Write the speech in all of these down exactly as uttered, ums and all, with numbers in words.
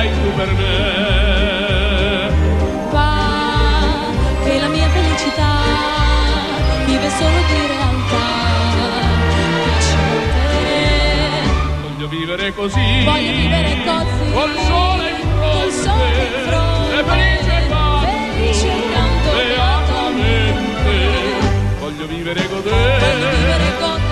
sei tu per me. Va, che la mia felicità vive solo di realtà. Vicino a te Voglio vivere così, voglio vivere così, col sole in fronte, col sole in fronte, e felice canto, felice canto beatamente. Voglio vivere con te, voglio vivere con te.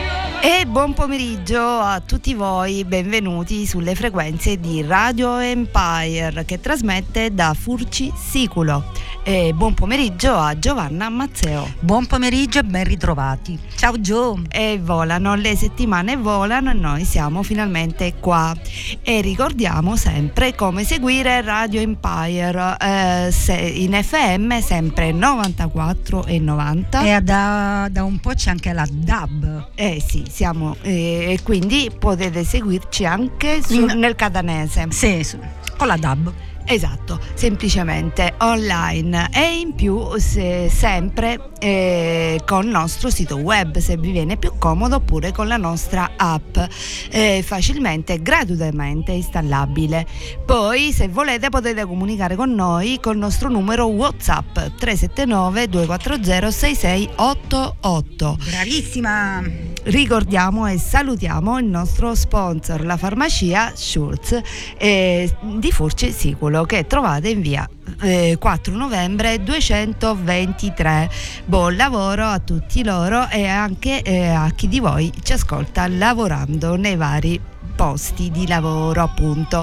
E buon pomeriggio a tutti voi, benvenuti sulle frequenze di Radio Empire che trasmette da Furci Siculo. E buon pomeriggio a Giovanna Mazzeo. Buon pomeriggio e ben ritrovati. Ciao Gio. E volano, le settimane volano e noi siamo finalmente qua. E ricordiamo sempre come seguire Radio Empire eh, se in F M sempre novantaquattro e novanta. E da, da un po' c'è anche la D A B. Eh sì, siamo e eh, quindi potete seguirci anche su, In... nel catanese. Sì, su, con la D A B. Esatto, semplicemente online e in più se, sempre eh, con il nostro sito web se vi viene più comodo, oppure con la nostra app eh, facilmente, gratuitamente installabile. Poi se volete potete comunicare con noi col nostro numero WhatsApp tre sette nove due quattro zero sei sei otto otto. Bravissima. Ricordiamo e salutiamo il nostro sponsor, la farmacia Schultz eh, di Furci Siculo, che trovate in via eh, quattro novembre duecentoventitré. Buon lavoro a tutti loro e anche eh, a chi di voi ci ascolta lavorando nei vari posti di lavoro, appunto.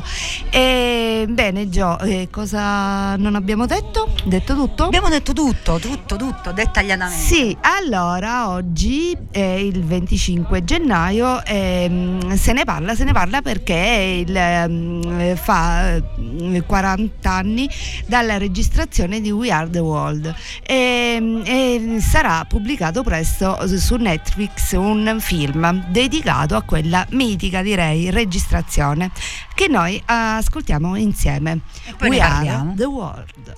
E bene Gio, eh, cosa non abbiamo detto? Detto tutto? Abbiamo detto tutto, tutto, tutto, dettagliatamente. Sì, allora oggi è il venticinque gennaio e se ne parla, se ne parla perché il, fa quaranta anni dalla registrazione di We Are The World e, e sarà pubblicato presto su Netflix un film dedicato a quella mitica, direi, registrazione che noi ascoltiamo insieme. E poi We ne Are parliamo. The World.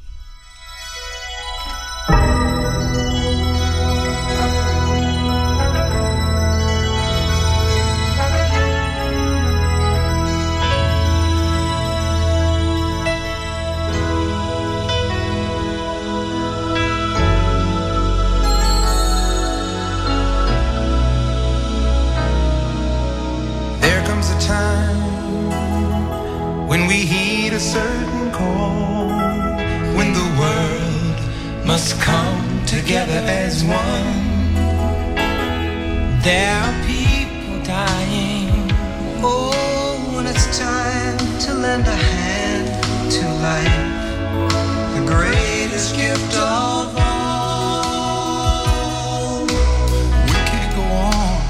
When we heed a certain call, when the world must come together as one. There are people dying. Oh, when it's time to lend a hand to life, the greatest gift of all. We can't go on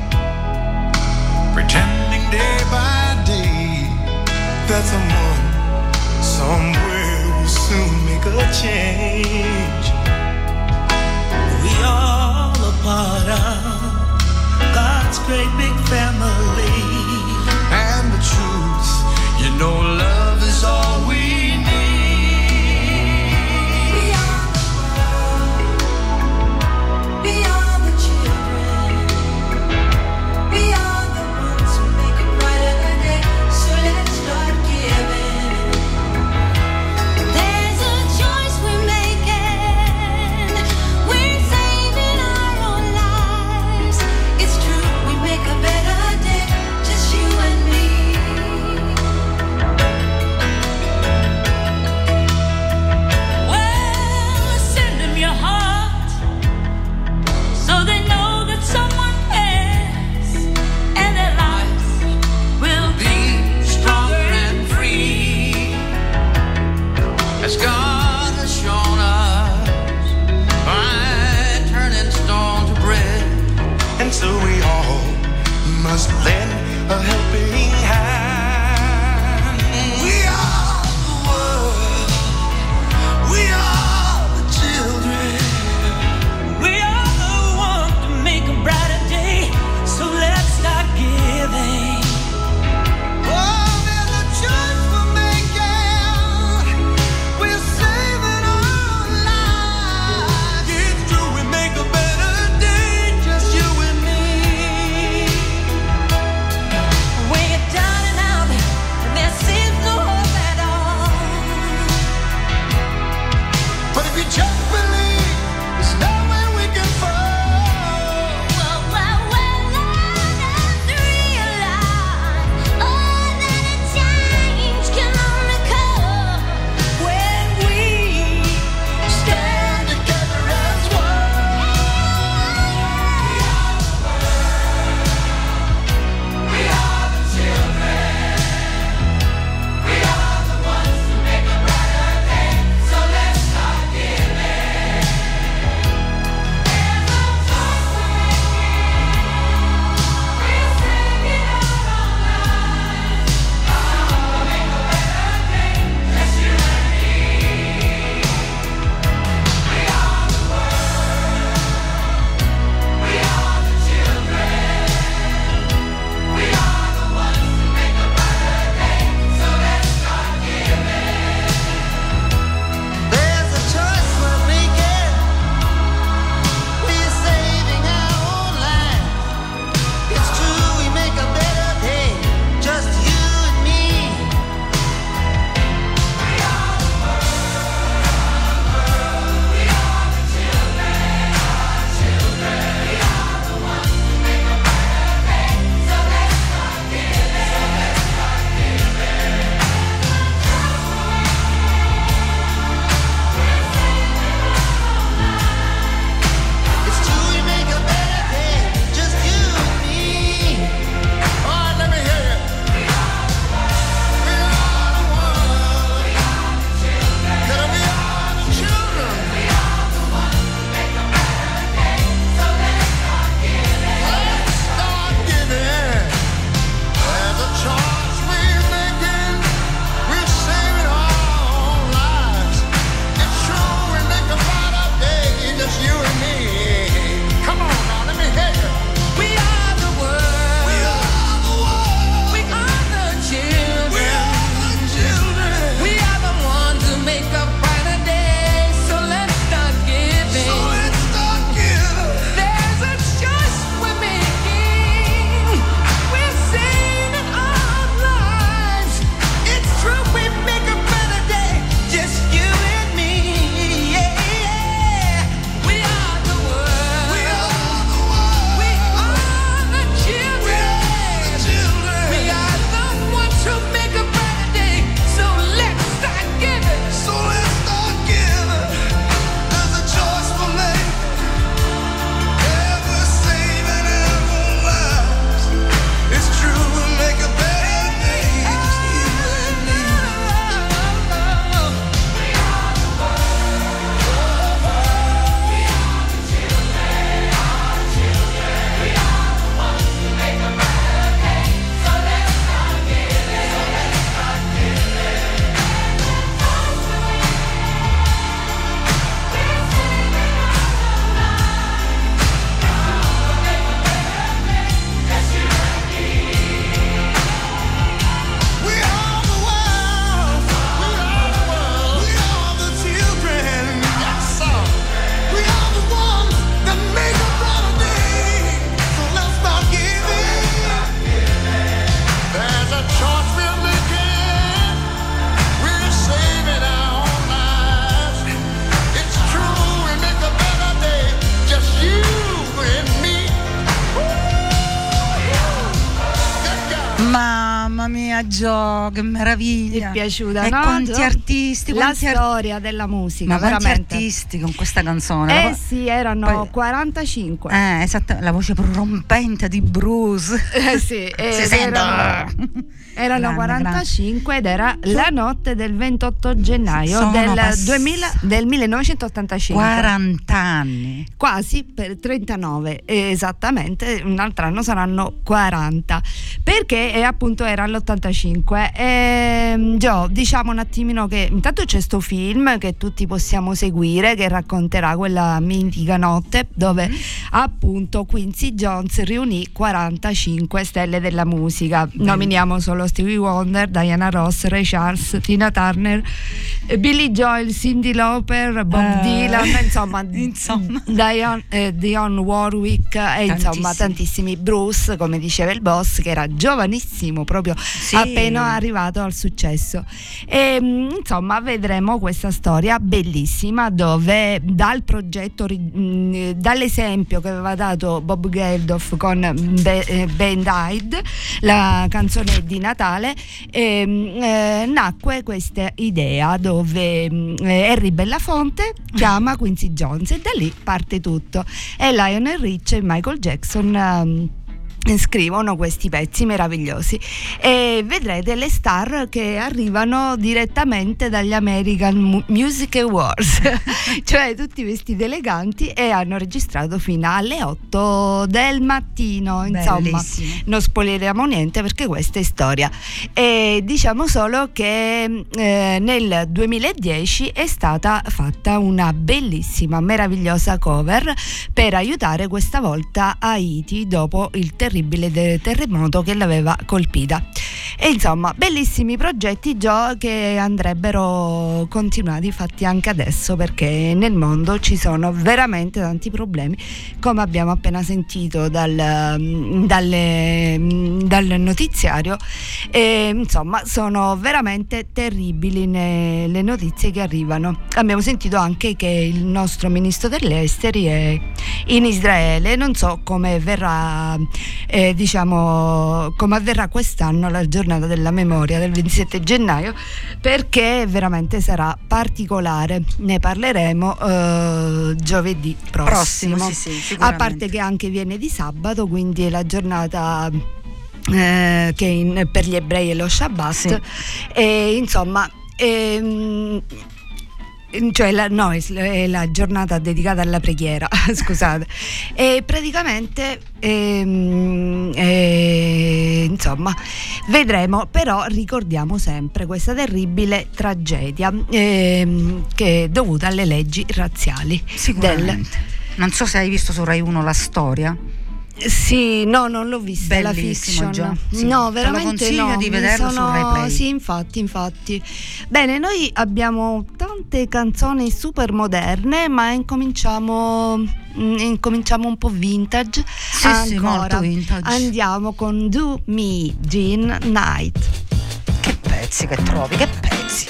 pretending day by day that someone somewhere will soon make a change. We all a part of God's great big family. And the truth, you know, love is all we need. We are the world. We are the children. We are the ones who make it brighter day. So let's start giving. There's a choice we're making. We're saving our own lives. It's true, we make a better day, just you and me. mia Gio, che meraviglia. Ti è piaciuta, e no, quanti Gio? artisti, La quanti ar- storia della musica, ma quanti veramente. artisti con questa canzone. Eh sì, erano Poi- quarantacinque. Eh, esatto, la voce prorompente di Bruce. Eh sì, Si ed sente. erano, erano Grande, quarantacinque ed era la notte del ventotto gennaio Sono del, pass- duemila, del millenovecentottantacinque. quaranta anni. Quasi per trentanove, eh, esattamente, un altro anno saranno quaranta, perché eh, appunto era all'ottantacinque. Ehm, Gio, diciamo un attimino che intanto c'è sto film che tutti possiamo seguire, che racconterà quella mitica notte dove appunto Quincy Jones riunì quarantacinque stelle della musica. Nominiamo solo Stevie Wonder, Diana Ross, Ray Charles, Tina Turner, eh, Billy Joel, Cyndi Lauper, Bob Eh, Dylan, insomma, insomma. Dion, eh, Dionne Warwick e insomma Tantissimi. tantissimi. Bruce, come diceva il boss, che era giovanissimo, proprio Sì. appena arrivato al successo. E mh, insomma vedremo questa storia bellissima dove dal progetto, ri- mh, dall'esempio che aveva dato Bob Geldof con Be- eh, Band Aid, la canzone di Natale, ehm, eh, nacque questa idea dove mh, eh, Harry Belafonte chiama Quincy Jones e da lì parte tutto, e Lionel Richie e Michael Jackson ehm, scrivono questi pezzi meravigliosi e vedrete le star che arrivano direttamente dagli American Mu- Music Awards cioè tutti vestiti eleganti, e hanno registrato fino alle otto del mattino. Insomma, Bellissimo. non spoileriamo niente perché questa è storia, e diciamo solo che eh, nel duemiladieci è stata fatta una bellissima, meravigliosa cover per aiutare questa volta Haiti dopo il terribile de- terremoto che l'aveva colpita. E insomma, bellissimi progetti, Gio, che andrebbero continuati, fatti anche adesso, perché nel mondo ci sono veramente tanti problemi, come abbiamo appena sentito dal, dalle, dal notiziario. E, insomma, sono veramente terribili ne- le notizie che arrivano. Abbiamo sentito anche che il nostro ministro degli esteri è in Israele. Non so come verrà, eh, diciamo, come avverrà quest'anno la giornata della memoria del ventisette gennaio, perché veramente sarà particolare. Ne parleremo eh, giovedì prossimo, Prossimo, sì, sì, a sicuramente. parte che anche viene di sabato, quindi è la giornata eh, che in- per gli ebrei è lo Shabbat. Sì. E insomma, ehm, cioè la, no, è è la giornata dedicata alla preghiera scusate, e praticamente ehm, eh, insomma vedremo, però ricordiamo sempre questa terribile tragedia ehm, che è dovuta alle leggi razziali del, Sicuramente. Non so se hai visto su Rai uno La Storia. sì, no, non l'ho vista la Bellissimo, fiction. Gio. Sì. No, Te lo veramente consiglio no. di Mi vederlo su sono- Rai Play. Sì, infatti, infatti. Bene, noi abbiamo tante canzoni super moderne, ma incominciamo mm, incominciamo un po' vintage. Sì, sì, ancora. molto vintage. Andiamo con Do Me Jean Knight. Che pezzi che trovi, che pezzi.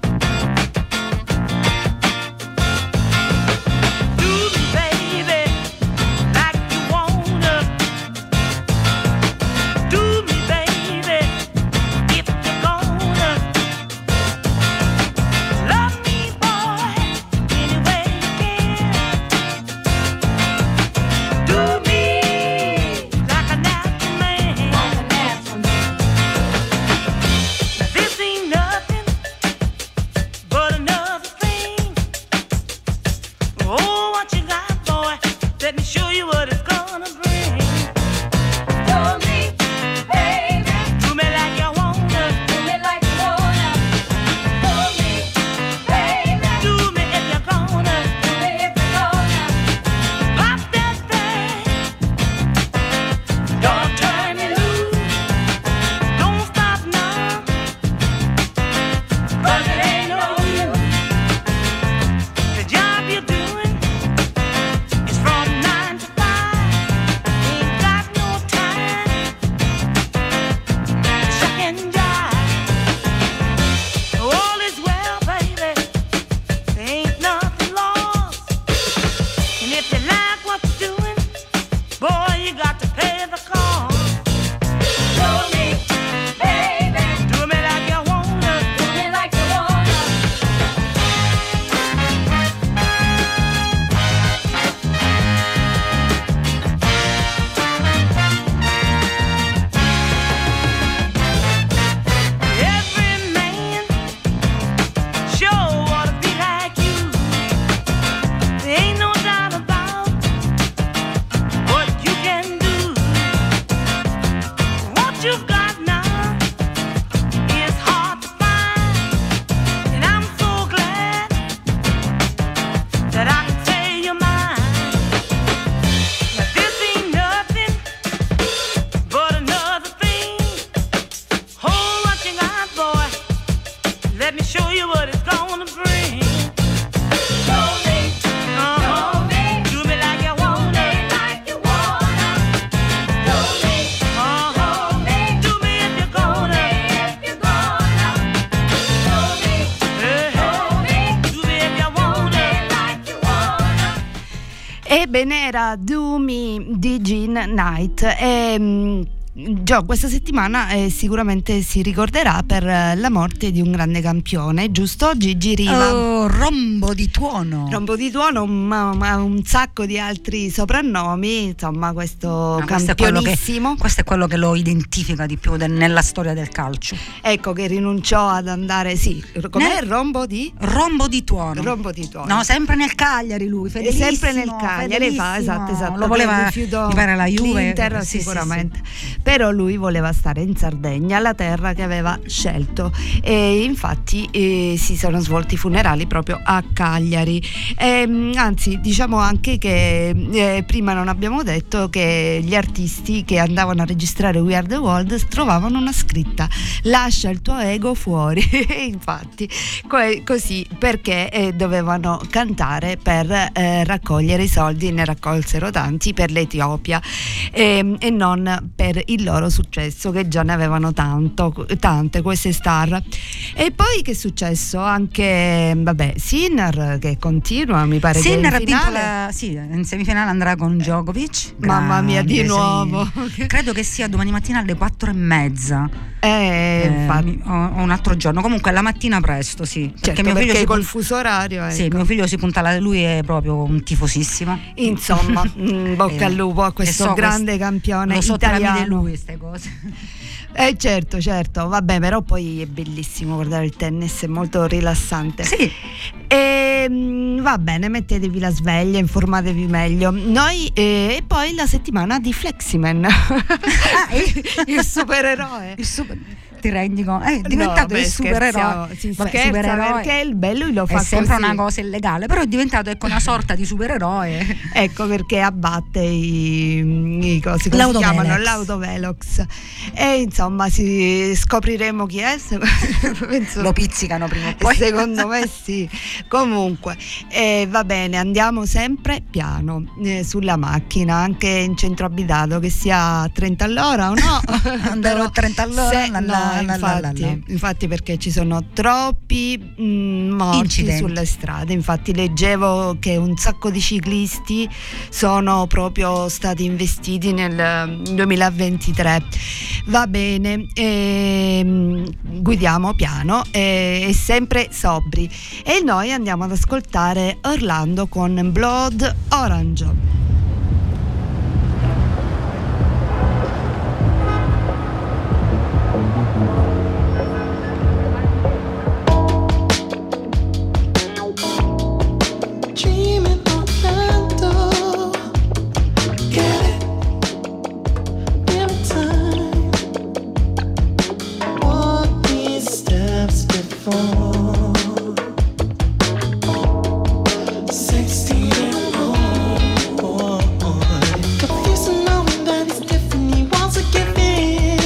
Do me, baby, like you wanna. Do me, baby, if you're gonna. Love me, boy, any way you can. Do me like a natural man. Now this ain't nothing bene, era Do Me di Jean Knight. E Gio, questa settimana eh, sicuramente si ricorderà per eh, la morte di un grande campione, giusto? Gigi Riva. Oh, Rombo di Tuono. Rombo di Tuono, ma, ma un sacco di altri soprannomi, insomma, questo No, questo, è quello che, campionissimo. questo è quello che lo identifica di più del- nella storia del calcio. Ecco, che rinunciò ad andare, sì, com'è? Ne- Rombo di? Rombo di Tuono. Rombo di Tuono. No, sempre nel Cagliari lui, E fedelissimo. sempre nel Cagliari, fa, esatto, esatto. Lo voleva rifiutò mi pare la Juve, l'Inter, sì, sì, sicuramente. Però lui voleva stare in Sardegna, la terra che aveva scelto, e infatti eh, si sono svolti i funerali proprio a Cagliari. Ehm, anzi, diciamo anche che eh, prima non abbiamo detto che gli artisti che andavano a registrare We Are The World trovavano una scritta: lascia il tuo ego fuori. Infatti co- così, perché eh, dovevano cantare per eh, raccogliere i soldi, ne raccolsero tanti per l'Etiopia, ehm, e non per il loro successo, che già ne avevano tanto, tante queste star. E poi che è successo? Anche, vabbè, Sinner che continua, mi pare Sinner che ha in vinto finale. la, sì, in semifinale andrà con Djokovic. Mamma mia, di Grande, sì. nuovo. Credo che sia domani mattina alle quattro e mezza. Eh, Eh, infatti, mi- ho, ho un altro giorno, comunque la mattina presto, sì. Perché certo, mio figlio perché si col pun- fuso orario, ecco. Sì, mio figlio si punta la, lui è proprio un tifosissimo. Insomma, mm, bocca Eh, al lupo a e questo so grande quest- campione lo so tramite italiano. lui queste cose. Eh certo, certo, vabbè, però poi è bellissimo guardare il tennis, è molto rilassante. Sì. E, mm, va bene, mettetevi la sveglia, informatevi meglio. Noi eh, e poi la settimana di Fleximan, il, il supereroe. Il super, ti rendi conto? È diventato No, il beh, supereroe. scherziamo, si Vabbè, scherza supereroe perché il bello lo fa è sempre così. una cosa illegale, però è diventato ecco una sorta di supereroe. Ecco perché abbatte i, i cosi, come si L'autovelox. chiamano? L'autovelox. E insomma si scopriremo chi è. Penso- Lo pizzicano prima o poi. Secondo me sì. Comunque, eh, va bene, andiamo sempre piano eh, sulla macchina, anche in centro abitato, che sia a trenta all'ora o no. Andare Però a trenta all'ora, se- la, no, la, la, la, infatti, la. infatti perché ci sono troppi mh, morti Incidenti. sulle strade. Infatti leggevo che un sacco di ciclisti sono proprio stati investiti nel duemilaventitré. Va bene, ehm, guidiamo piano e, e sempre sobri, e noi andiamo ad ascoltare Orlando con Blood Orange. Dreaming Orlando, get it every time. Walk these steps before sixteen and more. Confusing knowing that it's different. He wants to give in.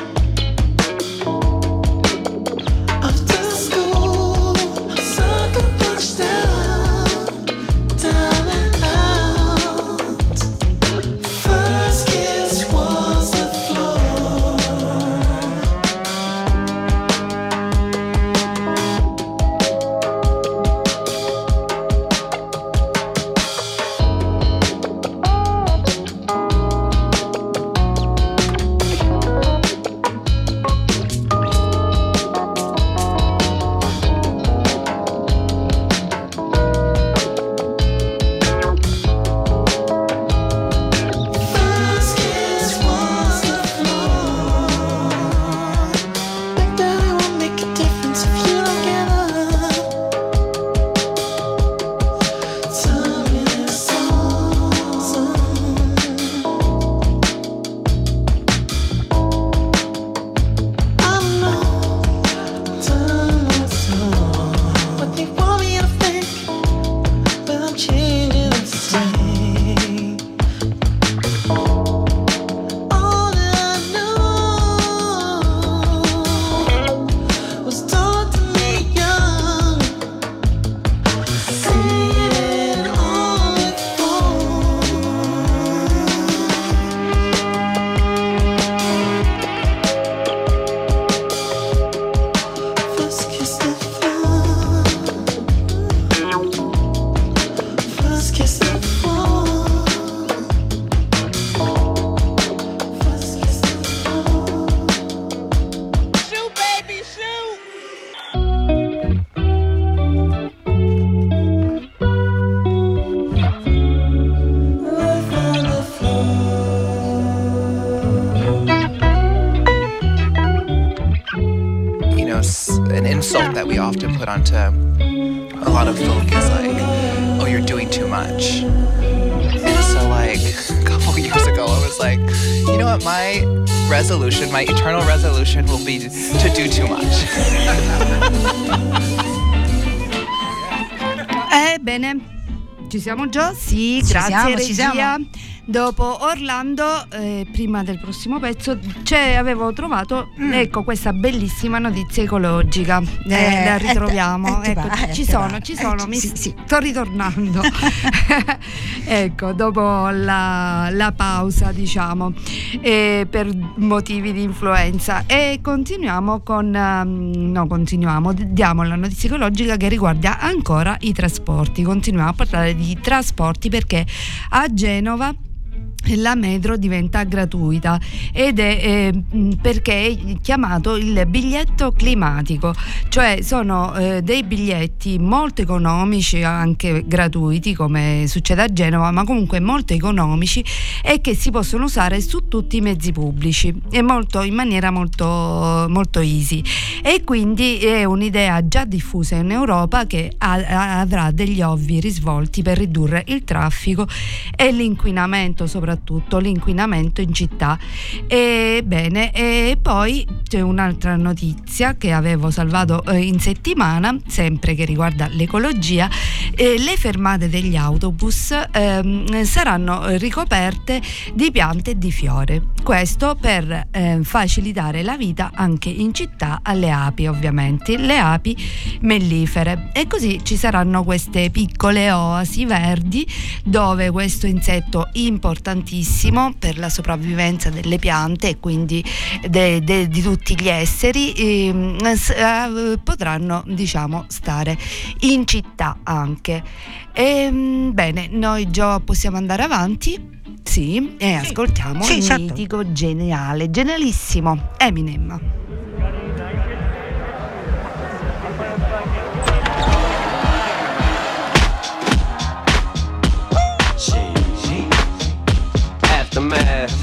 After school, sucker punched down, down and out. First kiss was the floor. we often put onto a lot of folk is like, oh, you're doing too much. So like a couple years ago I was like, you know what, my resolution, my eternal resolution will be to do too much. Ebbene, ci siamo già? Sì, Ci grazie siamo, ci regia. siamo. Dopo Orlando, eh, prima del prossimo pezzo, cioè, avevo trovato Mm. ecco questa bellissima notizia ecologica. Eh, Eh, la eh, ritroviamo. eh, ti ecco, va, eh, ci ti sono, va. ci Eh, sono, ci- mi sì, sì. sto ritornando. Ecco, dopo la, la pausa, diciamo, eh, per motivi di influenza. E continuiamo con um, no, continuiamo, diamo la notizia ecologica che riguarda ancora i trasporti. Continuiamo a parlare di trasporti perché a Genova la metro diventa gratuita ed è eh, perché è chiamato il biglietto climatico, cioè sono eh, dei biglietti molto economici, anche gratuiti come succede a Genova, ma comunque molto economici e che si possono usare su tutti i mezzi pubblici e molto, in maniera molto, molto easy, e quindi è un'idea già diffusa in Europa che ha, avrà degli ovvi risvolti per ridurre il traffico e l'inquinamento, soprattutto l'inquinamento in città. E bene, e poi c'è un'altra notizia che avevo salvato eh, in settimana, sempre che riguarda l'ecologia. Eh, le fermate degli autobus ehm, saranno ricoperte di piante e di fiore, questo per eh, facilitare la vita anche in città alle api, ovviamente le api mellifere, e così ci saranno queste piccole oasi verdi dove questo insetto importantissimo per la sopravvivenza delle piante e quindi de, de, di tutti gli esseri eh, eh, potranno, diciamo, stare in città anche. E, bene, noi già possiamo andare avanti, sì, e ascoltiamo Sì, il certo. mitico, geniale, genialissimo Eminem. Aftermath.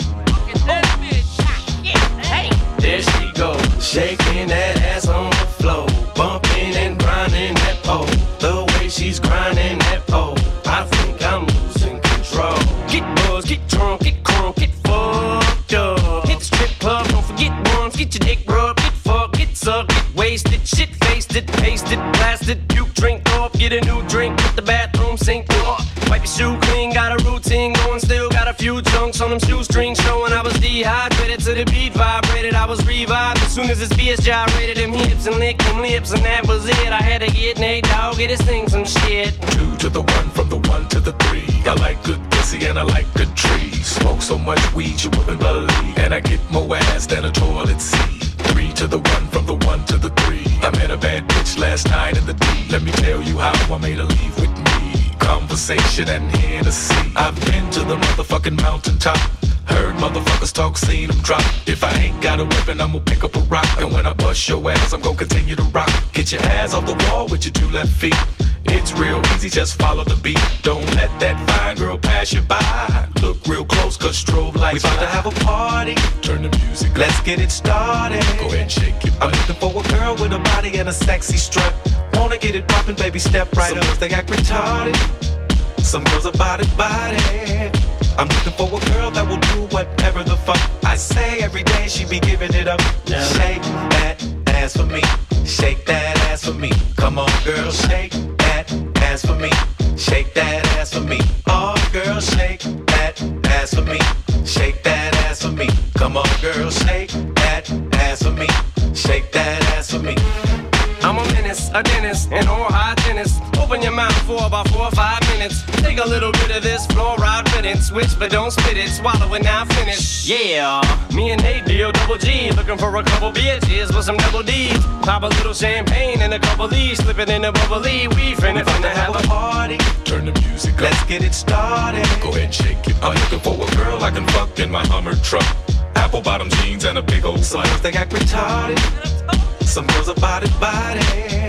There she goes, shaking that ass on the floor, bumping and grinding that pole. The way she's grinding that pole, I think I'm losing control. Get buzzed, get drunk, get crunk, get fucked up. Hit the strip club, don't forget once, get your dick rubbed, get fucked, get sucked, get wasted, shit faced it, pasted, blasted, puke, drink off, get a new drink, hit the bathroom sink off. Wipe your shoe clean, got a routine going, still got a few chunks on them shoestrings showing I was dehydrated to the beat vibrated. I was revived as soon as this B S gyrated them hips and licked them lips, and that was it. I had to get Nate Dogg, get his thing some shit. Two to the one, from the one to the three. I like good pussy and I like good trees. Smoke so much weed you wouldn't believe, and I get more ass than a toilet seat. Three to the one, from the one to the three. I met a bad bitch last night in the D. Let me tell you how I made her leave with me. Conversation and Hennessy. I've been to the motherfucking mountaintop. Heard motherfuckers talk, seen them drop. If I ain't got a weapon, I'm gonna pick up a rock. And when I bust your ass, I'm gonna continue to rock. Get your ass off the wall with your two left feet. It's real easy, just follow the beat. Don't let that fine girl pass you by. Look real close, cause strobe lights. We about to have a party. Turn the music up. Let's get it started. Go ahead and shake your butt. I'm looking for a girl with a body and a sexy strut. Wanna get it poppin', baby, step right up. Some girls, they act retarded. Some girls are body, body. I'm looking for a girl that will do whatever the fuck I say. Every day she be giving it up. Yeah. Shake that ass for me. Shake that ass for me. Come on, girl, shake that ass for me. Shake that ass for me. Oh, girl, shake that ass for me. Shake that ass for me. Come on, girl, shake that ass for me. Shake that ass for me. I'm a menace, a dentist, an oral hygienist. Open your mouth for about four or five minutes. Take a little bit of this fluoride riddance. Switch, but don't spit it. Swallow it, now finish. Yeah, me and Nate deal double G. Looking for a couple bitches with some double D's. Pop a little champagne and a couple D's. Slip it in a bubbly. We finna, finna have a party. Turn the music up. Let's get it started. Go ahead and shake it. I'm looking for a girl I can fuck in my Hummer truck. Apple bottom jeans and a big old Some slut. girls, they act retarded. Some girls are body, body.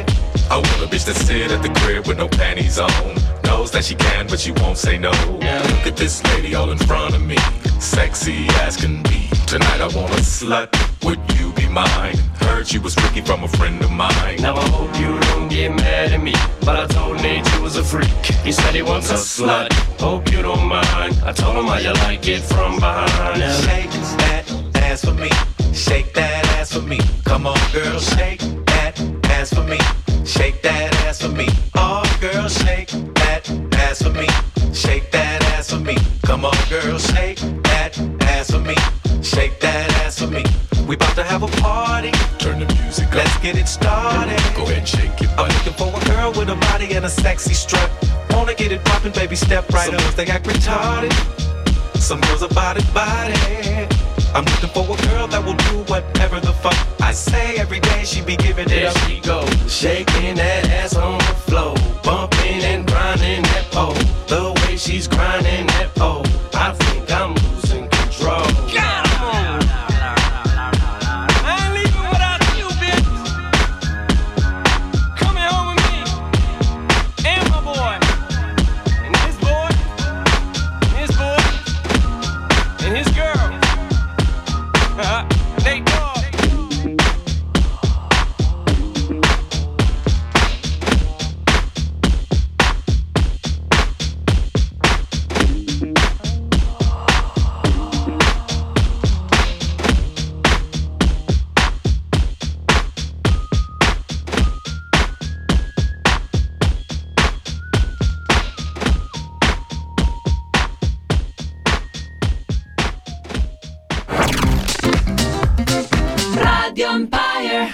I want a bitch that sit at the crib with no panties on. Knows that she can, but she won't say no. Yeah. Look at this lady all in front of me. Sexy as can be. Tonight I want a slut. Would you be mine. Heard she was freaky from a friend of mine. Now I hope you don't get mad at me, but I told Nate you was a freak. He said he wants a slut. Hope you don't mind. I told him how you like it from behind. Now Shake that ass for me. Shake that ass for me. Come on, girl, shake that ass for me. Shake that ass for me. Oh, girl, shake that ass for me. Shake that ass for me. Come on, girl, shake that ass for me. Shake that ass for me. We about to have a party. Turn the music up. Let's get it started. Go ahead and shake your I'm butt. looking for a girl with a body and a sexy strut. Wanna get it poppin', baby, step right Some up. girls, They act retarded. Some girls are body, body. I'm looking for a girl that will do whatever the fuck I say. Every day she be giving it there up. she go, shaking that ass on the floor, bumping and grinding that pole. The way she's grinding that pole, I think I'm losing control. I ain't leaving without you, bitch. Coming home with me. And my boy. And his boy. And his boy. And his girl. Uh-huh. They dog. Radio Empire.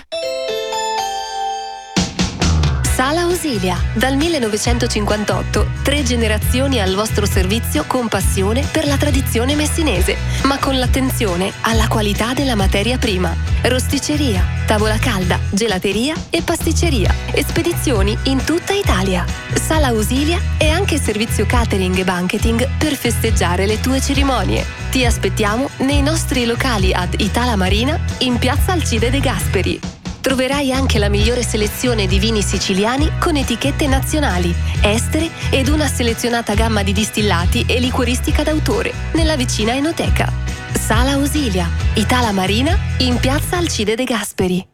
Sala Ausilia, dal millenovecentocinquantotto, tre generazioni al vostro servizio con passione per la tradizione messinese, ma con l'attenzione alla qualità della materia prima. Rosticceria, tavola calda, gelateria e pasticceria e spedizioni in tutta Italia. Sala Ausilia è anche servizio catering e banqueting per festeggiare le tue cerimonie. Ti aspettiamo nei nostri locali ad Itala Marina in piazza Alcide De Gasperi. Troverai anche la migliore selezione di vini siciliani con etichette nazionali, estere ed una selezionata gamma di distillati e liquoristica d'autore nella vicina enoteca. Sala Ausilia, Itala Marina in piazza Alcide De Gasperi.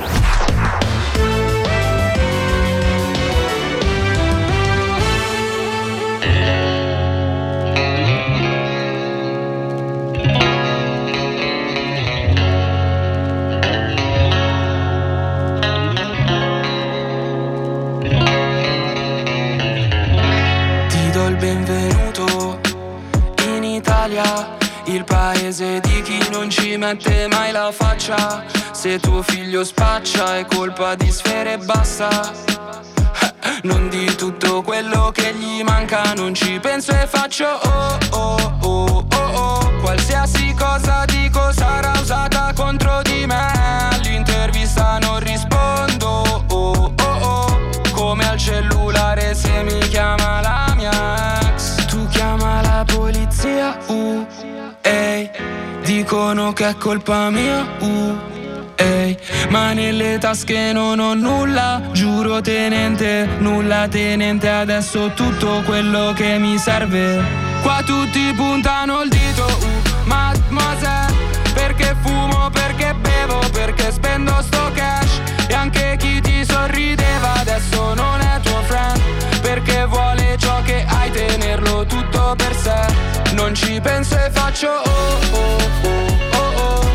Benvenuto in Italia, il paese di chi non ci mette mai la faccia. Se tuo figlio spaccia è colpa di Sfera e basta. Non di tutto quello che gli manca, non ci penso e faccio oh oh oh oh oh. Qualsiasi cosa dico sarà usata contro di me. All'intervista non rispondo oh oh oh. Come al cellulare se mi chiama la mia ex. Tu chiama la polizia, uh, ehi. Dicono che è colpa mia, uh, ehi. Ma nelle tasche non ho nulla, giuro tenente, nulla tenente. Adesso tutto quello che mi serve. Qua tutti puntano il dito, uh, mademoiselle. Perché fumo, perché bevo, perché spendo sto cash. E anche chi ti sorrideva adesso non è tuo friend. Perché vuole ciò che hai, tenerlo tutto per sé. Non ci penso e faccio oh oh oh oh oh.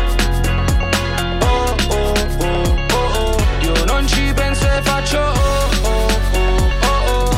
Oh oh oh oh oh. Io non ci penso e faccio oh oh oh oh oh.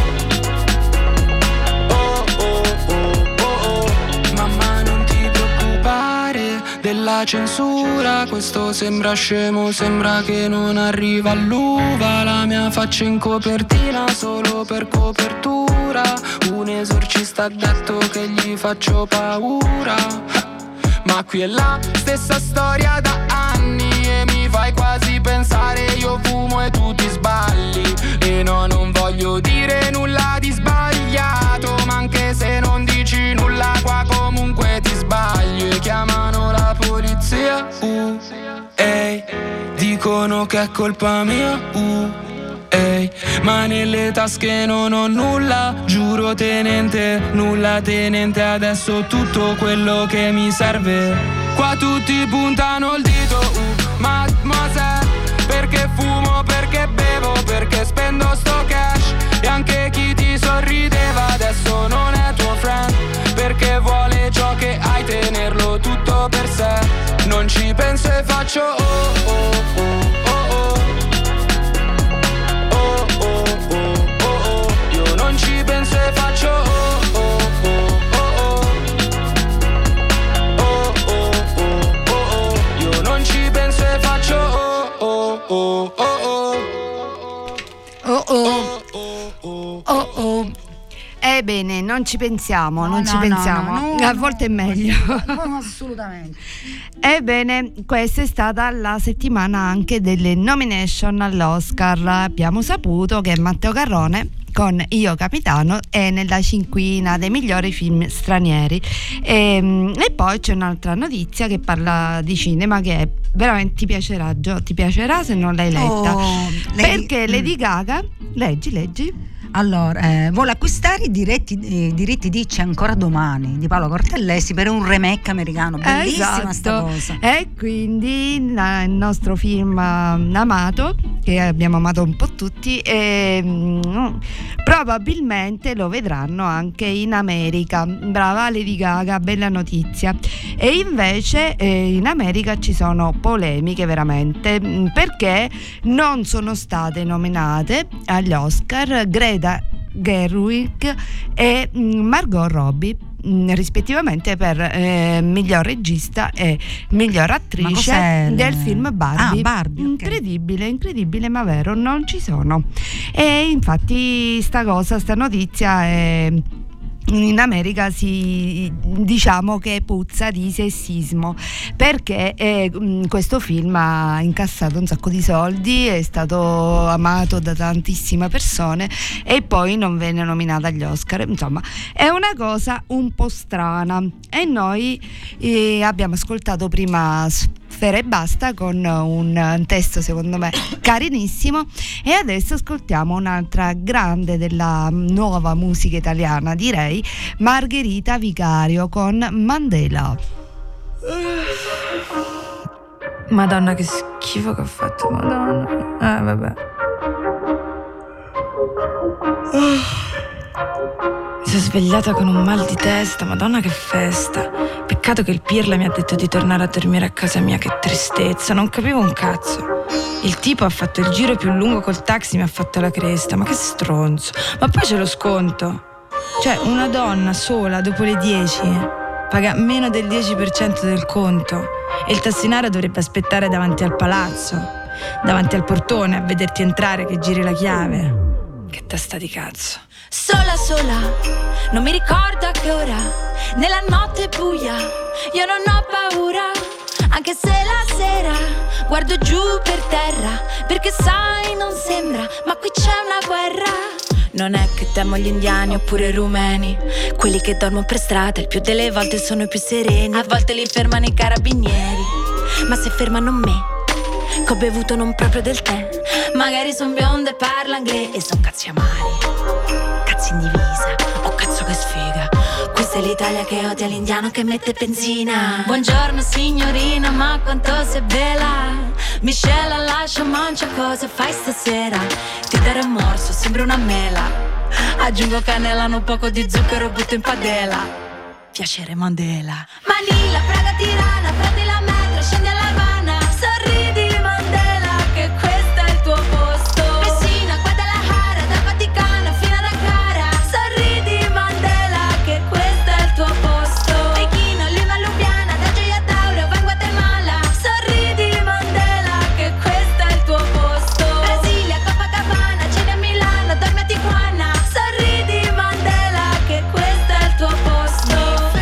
Oh oh oh oh oh. Mamma non ti preoccupare della censura. Questo sembra scemo, sembra che non arriva all'uva. La mia faccia in copertina solo per copertura. Un esorcista ha detto che gli faccio paura. Ma qui è la stessa storia da anni e mi fai quasi pensare io fumo e tu ti sbagli. E no, non voglio dire nulla di sbagliato, ma anche se non dici nulla qua comunque ti sbagli. E chiamano la polizia, uh, ehi. Dicono che è colpa mia, uh, ehi. Ma nelle tasche non ho nulla, giuro tenente, nulla tenente. Adesso tutto quello che mi serve. Qua tutti puntano il dito, uh, cos'è, perché fumo, perché bevo, perché spendo sto cash. E anche chi ti sorrideva adesso non è tuo friend, perché vuole ciò che hai, tenerlo tutto per sé. Non ci penso e faccio oh oh oh oh oh. Oh oh oh oh oh. Io non ci penso e faccio oh oh oh oh oh. Oh oh oh oh oh. Io non ci penso e faccio oh oh oh oh oh. Oh oh oh oh. Ebbene, non ci pensiamo, No, non no, ci no, pensiamo. no, no, A volte è meglio. No, assolutamente. Ebbene, questa è stata la settimana anche delle nomination all'Oscar. Abbiamo saputo che Matteo Garrone con Io Capitano è nella cinquina dei migliori film stranieri. E, e poi c'è un'altra notizia che parla di cinema che è veramente ti piacerà, Gio, ti piacerà se non l'hai letta. Oh, lei- Perché Lady Gaga, leggi, leggi. Allora, eh, vuole acquistare i diritti, i diritti di C'è ancora domani di Paolo Cortellesi per un remake americano. Bellissima Esatto. sta cosa. E quindi la- il nostro film eh, amato, che abbiamo amato un po' tutti, e, mm, probabilmente lo vedranno anche in America. Brava Lady Gaga, bella notizia. E invece eh, in America ci sono polemiche veramente, mm, perché non sono state nominate agli Oscar Greta Gerwig e mm, Margot Robbie, mm, rispettivamente per eh, miglior regista e miglior Ma attrice cos'è le- del film Barbie. Ah, Barbie, ok. Incredibile, incredibile, ma vero, non ci sono. E infatti sta cosa, sta notizia è in America si diciamo che puzza di sessismo, perché eh, mh, questo film ha incassato un sacco di soldi, è stato amato da tantissime persone e poi non venne nominata agli Oscar. Insomma, è una cosa un po' strana. E noi eh, abbiamo ascoltato prima Sfera e Basta con un testo secondo me carinissimo, e adesso ascoltiamo un'altra grande della nuova musica italiana, direi, Margherita Vicario con Mandela. Madonna, che schifo che ho fatto, madonna. Ah, vabbè. Mi sono svegliata con un mal di testa, madonna che festa. Peccato che il Pirla mi ha detto di tornare a dormire a casa mia, che tristezza, non capivo un cazzo. Il tipo ha fatto il giro più lungo col taxi, mi ha fatto la cresta, ma che stronzo. Ma poi c'è lo sconto. Cioè, una donna sola dopo le dieci paga meno del dieci per cento del conto e il tassinario dovrebbe aspettare davanti al palazzo, davanti al portone, a vederti entrare che giri la chiave. Che testa di cazzo. Sola sola, non mi ricordo a che ora, nella notte buia, io non ho paura, anche se la sera guardo giù per terra, perché sai non sembra, ma qui c'è una guerra. Non è che temo gli indiani oppure i rumeni, quelli che dormono per strada il più delle volte sono i più sereni. A volte li fermano i carabinieri, ma se fermano me, che ho bevuto non proprio del tè, magari son bionda e parlo inglese e son cazzi amari, cazzi in divisa, oh cazzo che sfiga. Questa è l'Italia che odia l'indiano che mette benzina. Buongiorno signorina, ma quanto sei bella. Miscela, lascia, mangia, cosa fai stasera? Ti darò un morso, sembra una mela. Aggiungo cannella, un poco di zucchero, butto in padella. Piacere Mandela. Manila, Praga, Tirana, prendi la metro, scendi alla Habana. Sorridi Mandela, che questo è il tuo posto. Messina, Guadalajara, dal Vaticano fino ad Ankara. Sorridi Mandela, che questo è il tuo posto. Pechino, Lima, Lubiana, da Gioia Tauro, va in Guatemala. Sorridi Mandela, che questo è il tuo posto. Brasilia, Copacabana, ceni a Milano, dormi a Tijuana. Sorridi Mandela, che questo è il tuo posto.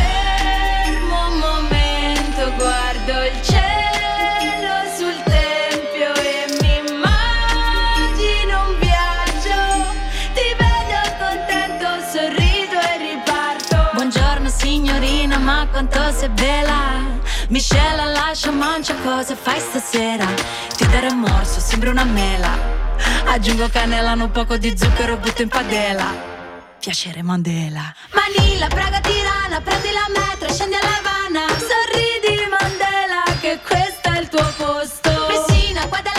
Fermo un momento, guardo il cielo sul tempio e mi immagino un viaggio. Ti vedo contento, sorrido e riparto. Buongiorno signorina, ma quanto sei bella. Miscela, lascia, mangia, cosa fai stasera? Ti darò un morso, sembra una mela. Aggiungo cannella, un poco di zucchero, butto in padella. Piacere Mandela. Manila, Praga, Tirana, prendi la metro, scendi alla Habana. Sorridi Mandela, che questo è il tuo posto. Messina, Guadalajara,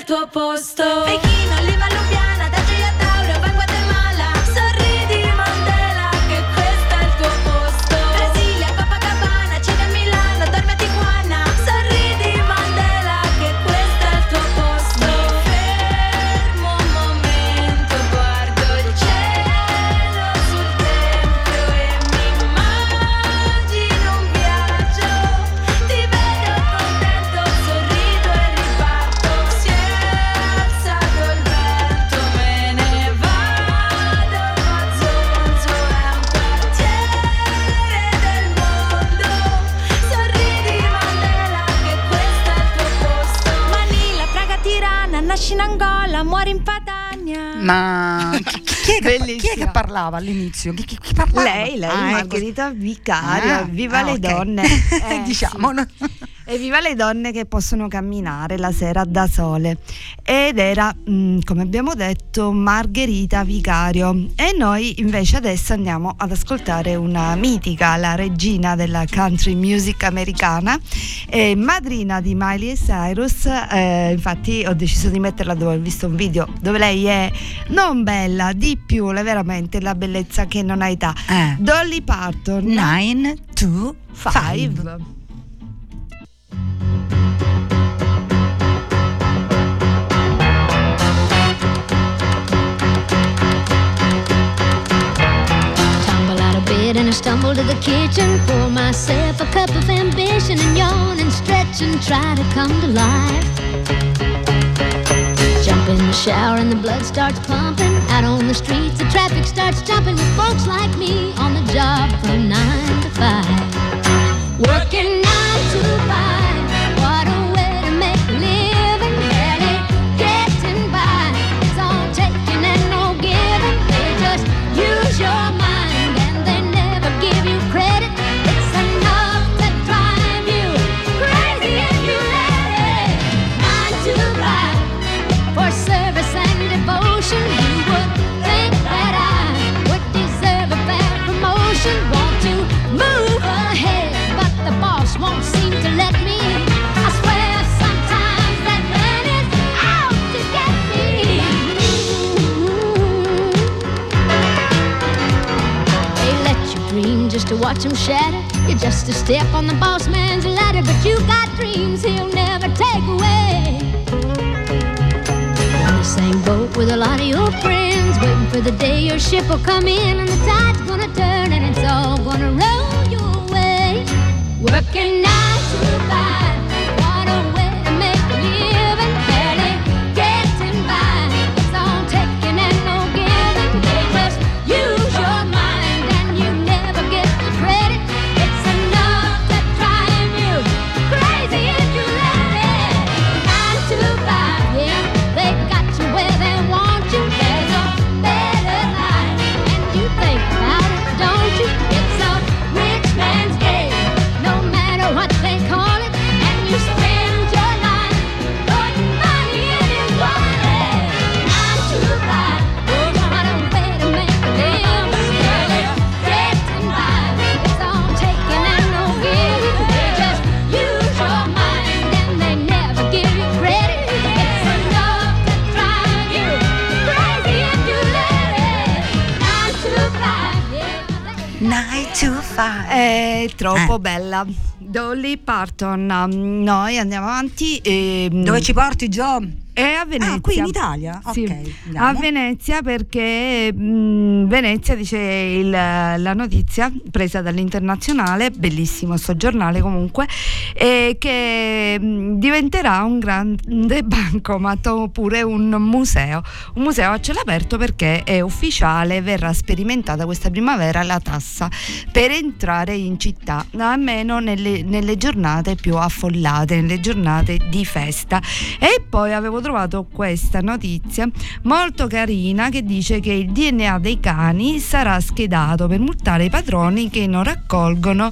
tuo posto. Pechino, Lima, Lubiana, da Gioia Tauro, vai in Guatemala. Sorridi Mandela, che questo è il tuo posto. Brasilia, Copacabana, Cina, Milano, dormi a Tijuana. Sorridi Mandela, che questo è il tuo posto. Fermo un momento, guardo il cielo sul tempio e mi immagino un viaggio. Ti vedo contento, sorrido e riparto. Si è alzato il vento, me ne vado. Mazzonzo è un quartiere del mondo. Sorridi Mandela, che questo è il tuo posto. Manila, Praga, Tirana, nasci in Angola, muori in Padania. Ma chi, chi, è che, chi è che parlava all'inizio? Chi, chi, chi parlava? Lei, lei, Ah, ecco. Margherita Vicario, Ah, viva ah, le ok. donne. Eh, Diciamo, sì. no? E viva le donne che possono camminare la sera da sole. Ed era, mh, come abbiamo detto, Margherita Vicario. E noi invece adesso andiamo ad ascoltare una mitica, la regina della country music americana, eh, madrina di Miley Cyrus. Eh, infatti ho deciso di metterla dove ho visto un video dove lei è non bella, di più, è veramente la bellezza che non ha età. Eh. Dolly Parton. nine two five. Five. Tumble out of bed and I stumble to the kitchen, pour myself a cup of ambition and yawn and stretch and try to come to life. Jump in the shower and the blood starts pumping. Out on the streets the traffic starts jumping with folks like me on the job from nine to five. Working nine to five, what a way to make a living. Barely getting by, it's all taking and no giving. They just use your mind and they never give you credit. It's enough to drive you crazy if you let it. Nine to five, for service and devotion. You would think that I would deserve a fair promotion. Want to move ahead, but the boss won't seem to let me. I swear sometimes that man is out to get me. They let you dream just to watch him shatter. You're just a step on the boss man's ladder, but you got dreams he'll never take away. On the same boat with a lot of your friends, waiting for the day your ship will come in and the tide's gonna turn and it's all gonna roll your way. Working nine to five, what a way to make a living. Barely getting by, it's all taking and no giving. They just use your mind and you never get the credit. It's enough to drive you crazy if you let it. Nine to five, yeah, they got you where they want you. There's a better life, and you think about it, don't you? It's a rich man's game, no matter what they call it. And you spend your life putting money in his wallet. Nine to five, oh, what a way to make a living. Barely getting by, it's all taking and no giving. They just use your mind and they never give you credit. It's enough to drive you crazy if you let it. Nine to five, yeah. nine to five. È troppo Eh. bella. Dolly Parton. Noi andiamo avanti. E, Dove ci porti, Gio? È a Venezia. Ah, qui in Italia? Sì, Ok, andiamo. a Venezia perché mh, Venezia dice il, la notizia presa dall'Internazionale, bellissimo sto giornale comunque, eh, che mh, diventerà un grande bancomat oppure un museo. Un museo a cielo aperto perché è ufficiale, verrà sperimentata questa primavera la tassa per entrare in città, almeno nelle, nelle giornate più affollate, nelle giornate di festa. E poi avevo trovato questa notizia molto carina che dice che il D N A dei cani sarà schedato per multare i padroni che non raccolgono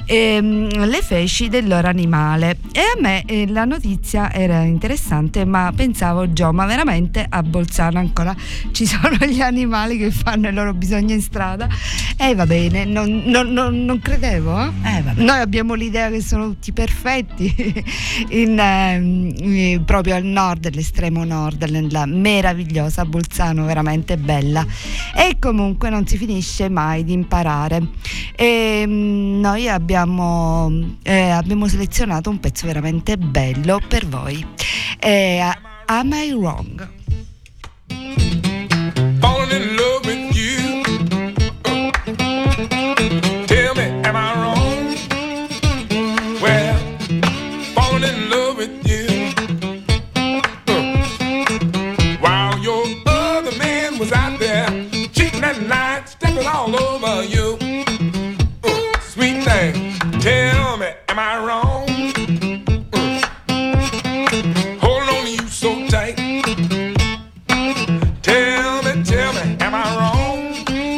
ehm, le feci del loro animale. E a me eh, la notizia era interessante, ma pensavo, Gio, ma veramente a Bolzano ancora ci sono gli animali che fanno i loro bisogni in strada? E eh, va bene, non, non, non, non credevo. Eh? Eh, vabbè. Noi abbiamo l'idea che sono tutti perfetti in, eh, proprio al nord delle all'estremo nord, nella meravigliosa Bolzano, veramente bella. E comunque non si finisce mai di imparare. E noi abbiamo, eh, abbiamo selezionato un pezzo veramente bello per voi. Eh, Am I Wrong? Falling in love with you. Uh. Tell me, am I wrong? Well, falling in love with you. Uh. While your other man was out there cheating and lying, stepping all over you. Uh. Sweet thing, tell me, am I wrong? Uh. Holding on to you so tight. Tell me, tell me, am I wrong?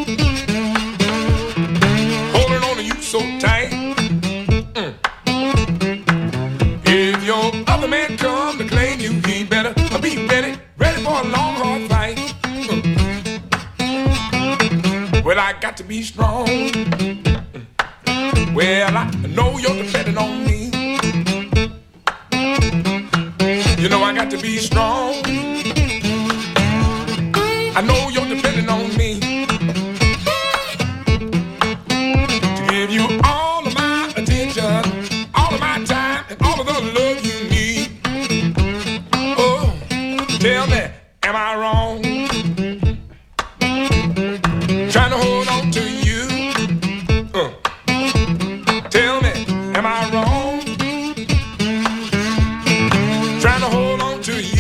Holding on to you so tight. Mm. If your other man come to claim you, he better be ready, ready for a long, hard fight. Mm. Well, I got to be strong. Mm. Well, I know you're depending on me. You know I got to be strong. I know you're depending on me to give you all of my attention, all of my time, and all of the love you need. Oh, tell me, am I wrong? Trying to hold on to you. Uh. Tell me, am I wrong? Trying to hold on to you.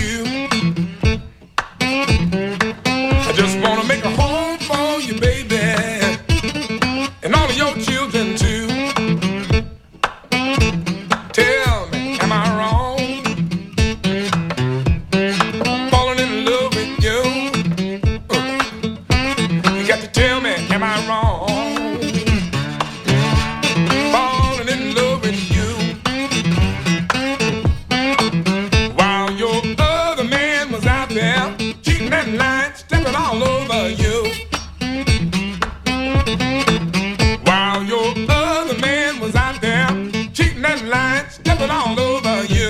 Just wanna make a home for you, baby, and all of your children too. Tell me, am I wrong? Falling in love with you. Uh, you got to tell me, am I wrong? Falling in love with you. While your other man was out there cheating and lying, stepping all over you. While your other man was out there cheating and lying, stepping all over you.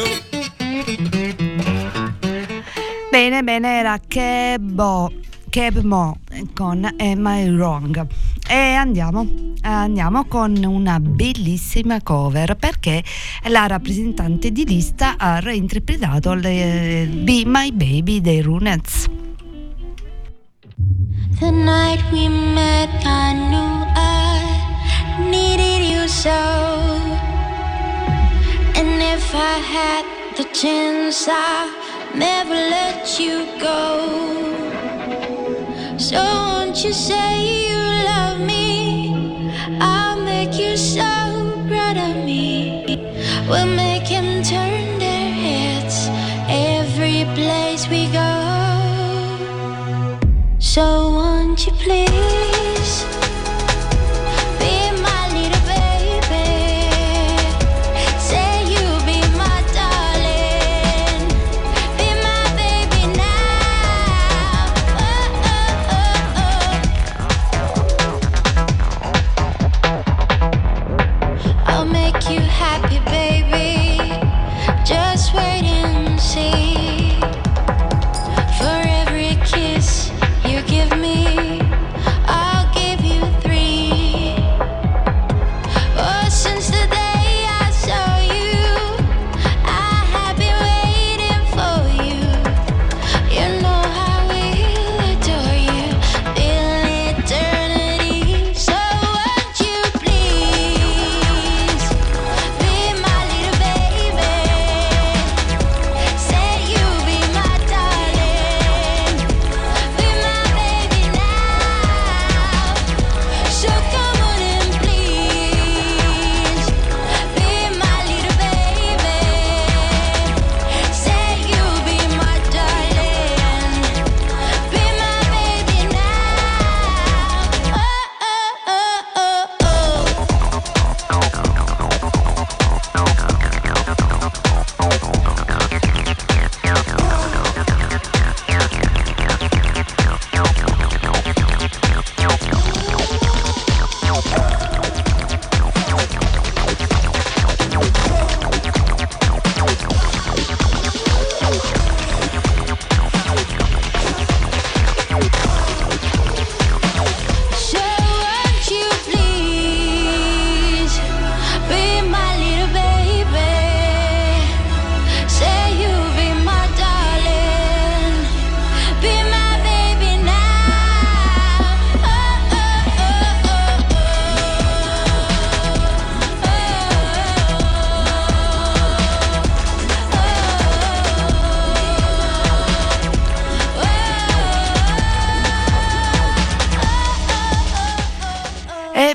Bene, bene, era Kebo, Kebmo con Am I Wrong? E andiamo, andiamo con una bellissima cover, perché la rappresentante di lista ha reinterpretato le Be My Baby dei Runettes. The night we met, I knew I needed you so. And if I had the chance, I'd never let you go. So won't you say you love me? I'll make you so proud of me. We'll make him turn their heads every place we go. So won't you please be my little baby? Say you'll be my darling. Be my baby now. Oh, oh, oh. I'll make you happy, baby. Just wait and see. For every kiss you give me,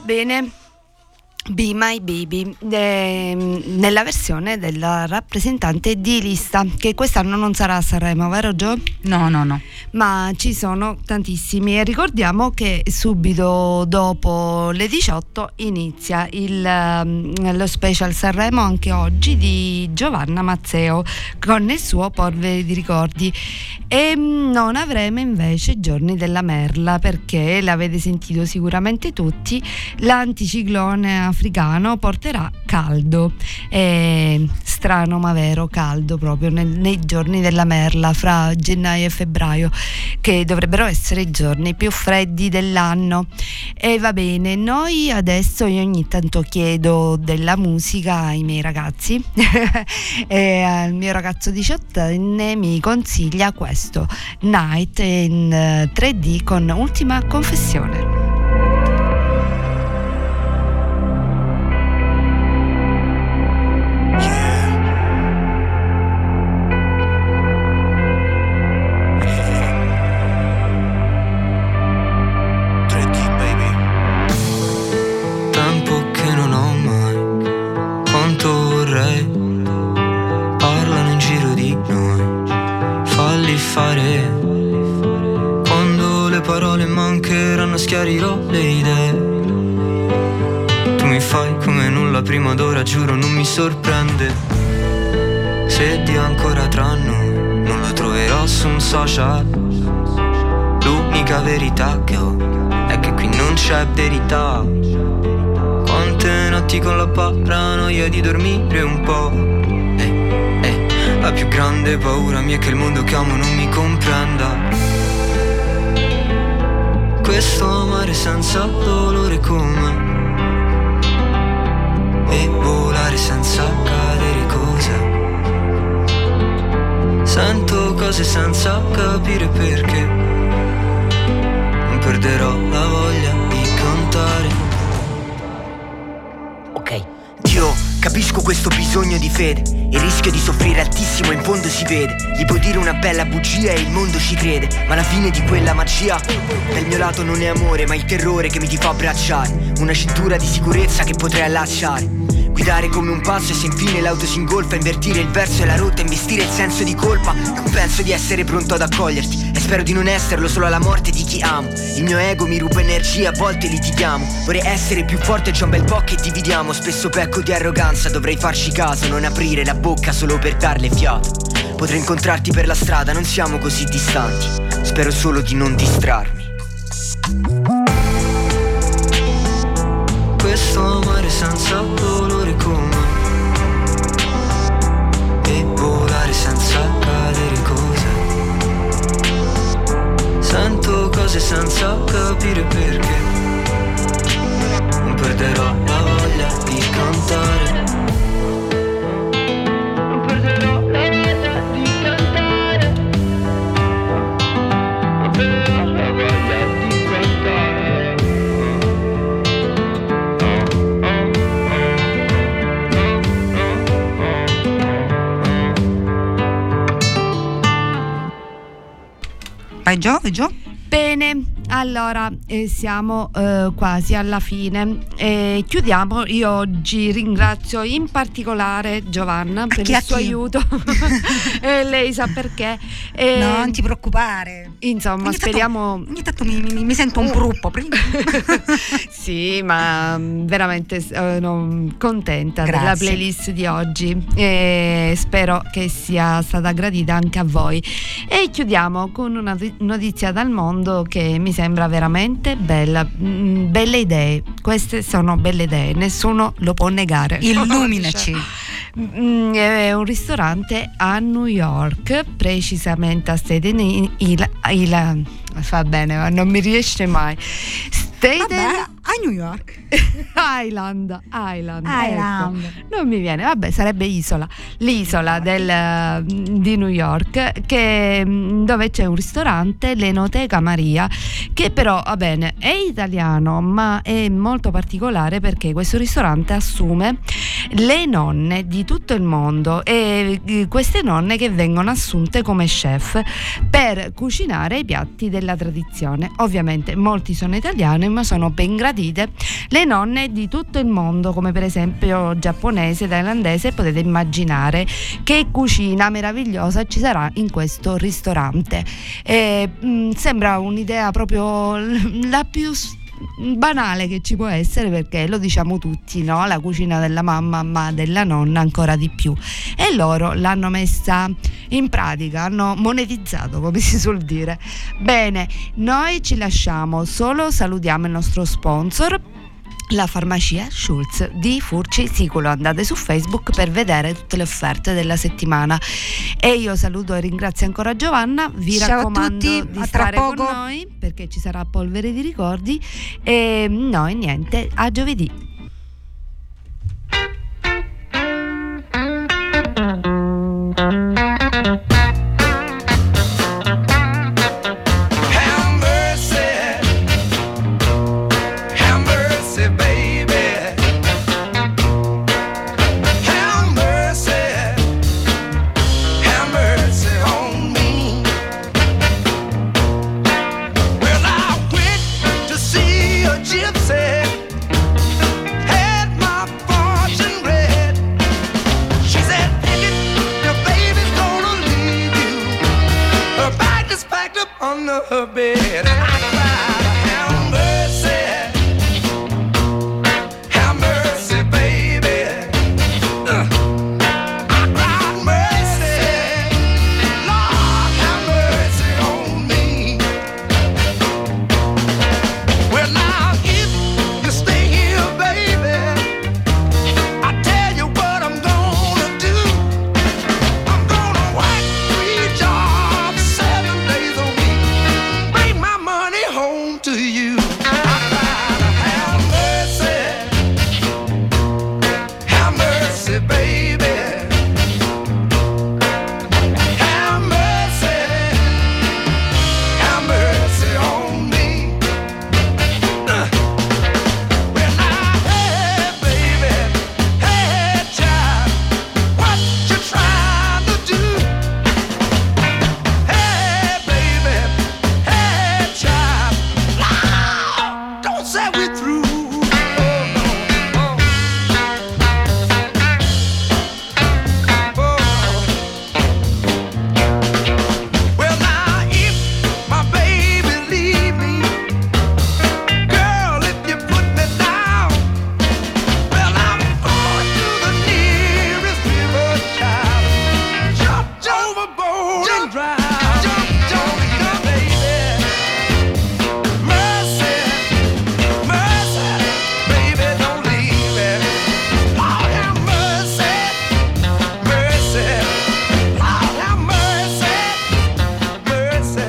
bene. Be My Baby, eh, nella versione della rappresentante di lista, che quest'anno non sarà a Sanremo, vero Gio? No, no, no. Ma ci sono tantissimi e ricordiamo che subito dopo le diciotto inizia il, um, lo special Sanremo anche oggi di Giovanna Mazzeo con il suo Polvere di ricordi. E non avremo invece Giorni della Merla, perché l'avete sentito sicuramente tutti, l'anticiclone africano porterà caldo, eh, strano ma vero, caldo proprio nel, nei giorni della Merla fra gennaio e febbraio, che dovrebbero essere i giorni più freddi dell'anno. E va bene, noi adesso io ogni tanto chiedo della musica ai miei ragazzi e al mio ragazzo diciottenne mi consiglia questo Night in tre D con Ultima Confessione. Schiarirò le idee. Tu mi fai come nulla prima d'ora, giuro non mi sorprende. Se Dio è ancora tra noi, non lo troverò su un social. L'unica verità che ho è che qui non c'è verità. Quante notti con la paranoia di dormire un po'. Eh, eh, la più grande paura mia è che il mondo che amo non mi comprenda. Questo amare senza dolore come e volare senza cadere cosa. Sento cose senza capire perché. Non perderò la voglia di cantare. Ok, Dio, capisco questo bisogno di fede. Il rischio di soffrire altissimo in fondo si vede. Gli puoi dire una bella bugia e il mondo ci crede. Ma la fine di quella magia dal mio lato non è amore, ma il terrore che mi ti fa abbracciare. Una cintura di sicurezza che potrei allacciare. Guidare come un pazzo e se infine l'auto si ingolfa, invertire il verso e la rotta, investire il senso di colpa. Non penso di essere pronto ad accoglierti e spero di non esserlo solo alla morte di chi amo. Il mio ego mi ruba energia, a volte litighiamo. Vorrei essere più forte, c'è un bel po' che dividiamo. Spesso pecco di arroganza, dovrei farci caso, non aprire la bocca solo per darle fiato. Potrei incontrarti per la strada, non siamo così distanti. Spero solo di non distrarmi. Questo amare senza dolore come e volare senza cadere cosa. Sento cose senza capire perché. Non perderò la voglia di cantare. Non perderò la voglia di cantare. Non perderò la voglia di cantare. Vai Gio, vai Gio. Bene, allora eh, siamo eh, quasi alla fine e chiudiamo. Io oggi ringrazio in particolare Giovanna per il suo aiuto e lei sa perché. E, no, non ti preoccupare. Insomma, ogni speriamo. Tanto, ogni tanto mi, mi, mi sento un gruppo prima. Sì, ma veramente sono contenta Grazie. della playlist di oggi e spero che sia stata gradita anche a voi. E chiudiamo con una notizia dal mondo che mi sembra veramente bella. Mm, belle idee, queste sono belle idee, nessuno lo può negare. Illuminaci. Mm, è un ristorante a New York, precisamente a Staten Island. Va bene, ma non mi riesce mai. Staten Vabbè, a New York. Island, Island, Island. Ecco. Non mi viene, vabbè, sarebbe isola, l'isola del, di New York, che, dove c'è un ristorante, l'Enoteca Maria, che però, va bene, è italiano, ma è molto particolare perché questo ristorante assume le nonne di tutto il mondo e queste nonne che vengono assunte come chef per cucinare i piatti della tradizione. Ovviamente molti sono italiani, ma sono ben grandi gradite le nonne di tutto il mondo, come per esempio giapponese, thailandese. Potete immaginare che cucina meravigliosa ci sarà in questo ristorante. E, mh, sembra un'idea proprio la più banale che ci può essere, perché lo diciamo tutti, no? La cucina della mamma, ma della nonna ancora di più, e loro l'hanno messa in pratica, hanno monetizzato, come si suol dire. Bene, noi ci lasciamo, solo salutiamo il nostro sponsor, la farmacia Schulz di Furci Siculo. Andate su Facebook per vedere tutte le offerte della settimana. E io saluto e ringrazio ancora Giovanna. Vi Ciao raccomando a tutti, di a tra stare poco. con noi, perché ci sarà Polvere di Ricordi. E noi niente, a giovedì. Have mercy, have mercy, baby. Have mercy, have mercy on me. Well, I went to see a gypsy, had my fortune read. She said, "Pick it, your baby's gonna leave you. Her bag is packed up under her bed." And I cried, have mercy, have mercy, baby. Uh, I cried, mercy, Lord, have mercy on me. Well, now, if you stay here, baby, I tell you what I'm gonna do. I'm gonna work three jobs, seven days a week, bring my money home to you. I cried, have mercy, have mercy, baby. Have mercy, have mercy on me. Uh, Well, now, hey, baby, hey, child, what you trying to do? Hey, baby, hey, child, Lord, don't say we're through. Oh, no. Oh. Well, now, if my baby leave me, girl, if you put me down, well, I'm going to the nearest river, child, jump overboard and drown. Jump, jump, baby. Mercy, mercy, baby, don't leave me. Lord, have mercy, mercy. Lord, have mercy, mercy.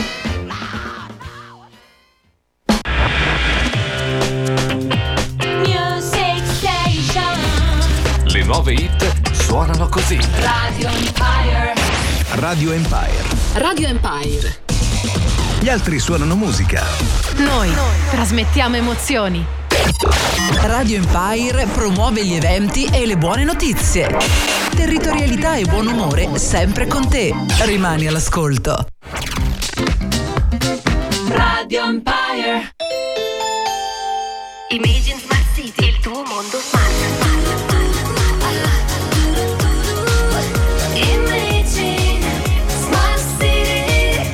Music Station. Le nuove hit suonano così. Radio Empire. Radio Empire. Radio Empire. Gli altri suonano musica. Noi trasmettiamo emozioni. Radio Empire promuove gli eventi e le buone notizie. Territorialità e buon umore sempre con te. Rimani all'ascolto. Radio Empire. Imagine Smart City, il tuo mondo smart. Imagine Smart City.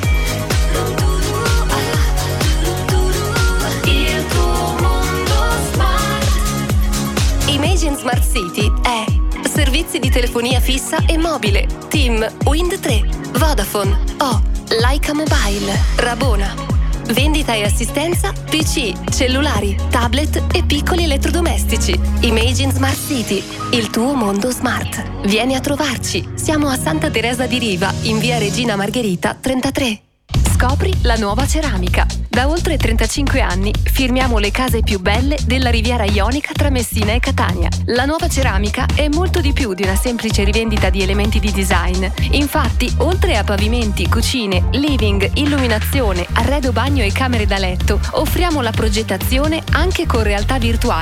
Il tuo mondo smart. Imagine Smart City è servizi di telefonia fissa e mobile, Team, Wind tre, Vodafone, O, Laika Mobile, Rabona. Vendita e assistenza P C, cellulari, tablet e piccoli elettrodomestici. Imagine Smart City, il tuo mondo smart. Vieni a trovarci. Siamo a Santa Teresa di Riva, in via Regina Margherita trentatré. Scopri la nuova ceramica. Da oltre trentacinque anni firmiamo le case più belle della Riviera Ionica tra Messina e Catania. La nuova ceramica è molto di più di una semplice rivendita di elementi di design. Infatti, oltre a pavimenti, cucine, living, illuminazione, arredo bagno e camere da letto, offriamo la progettazione anche con realtà virtuale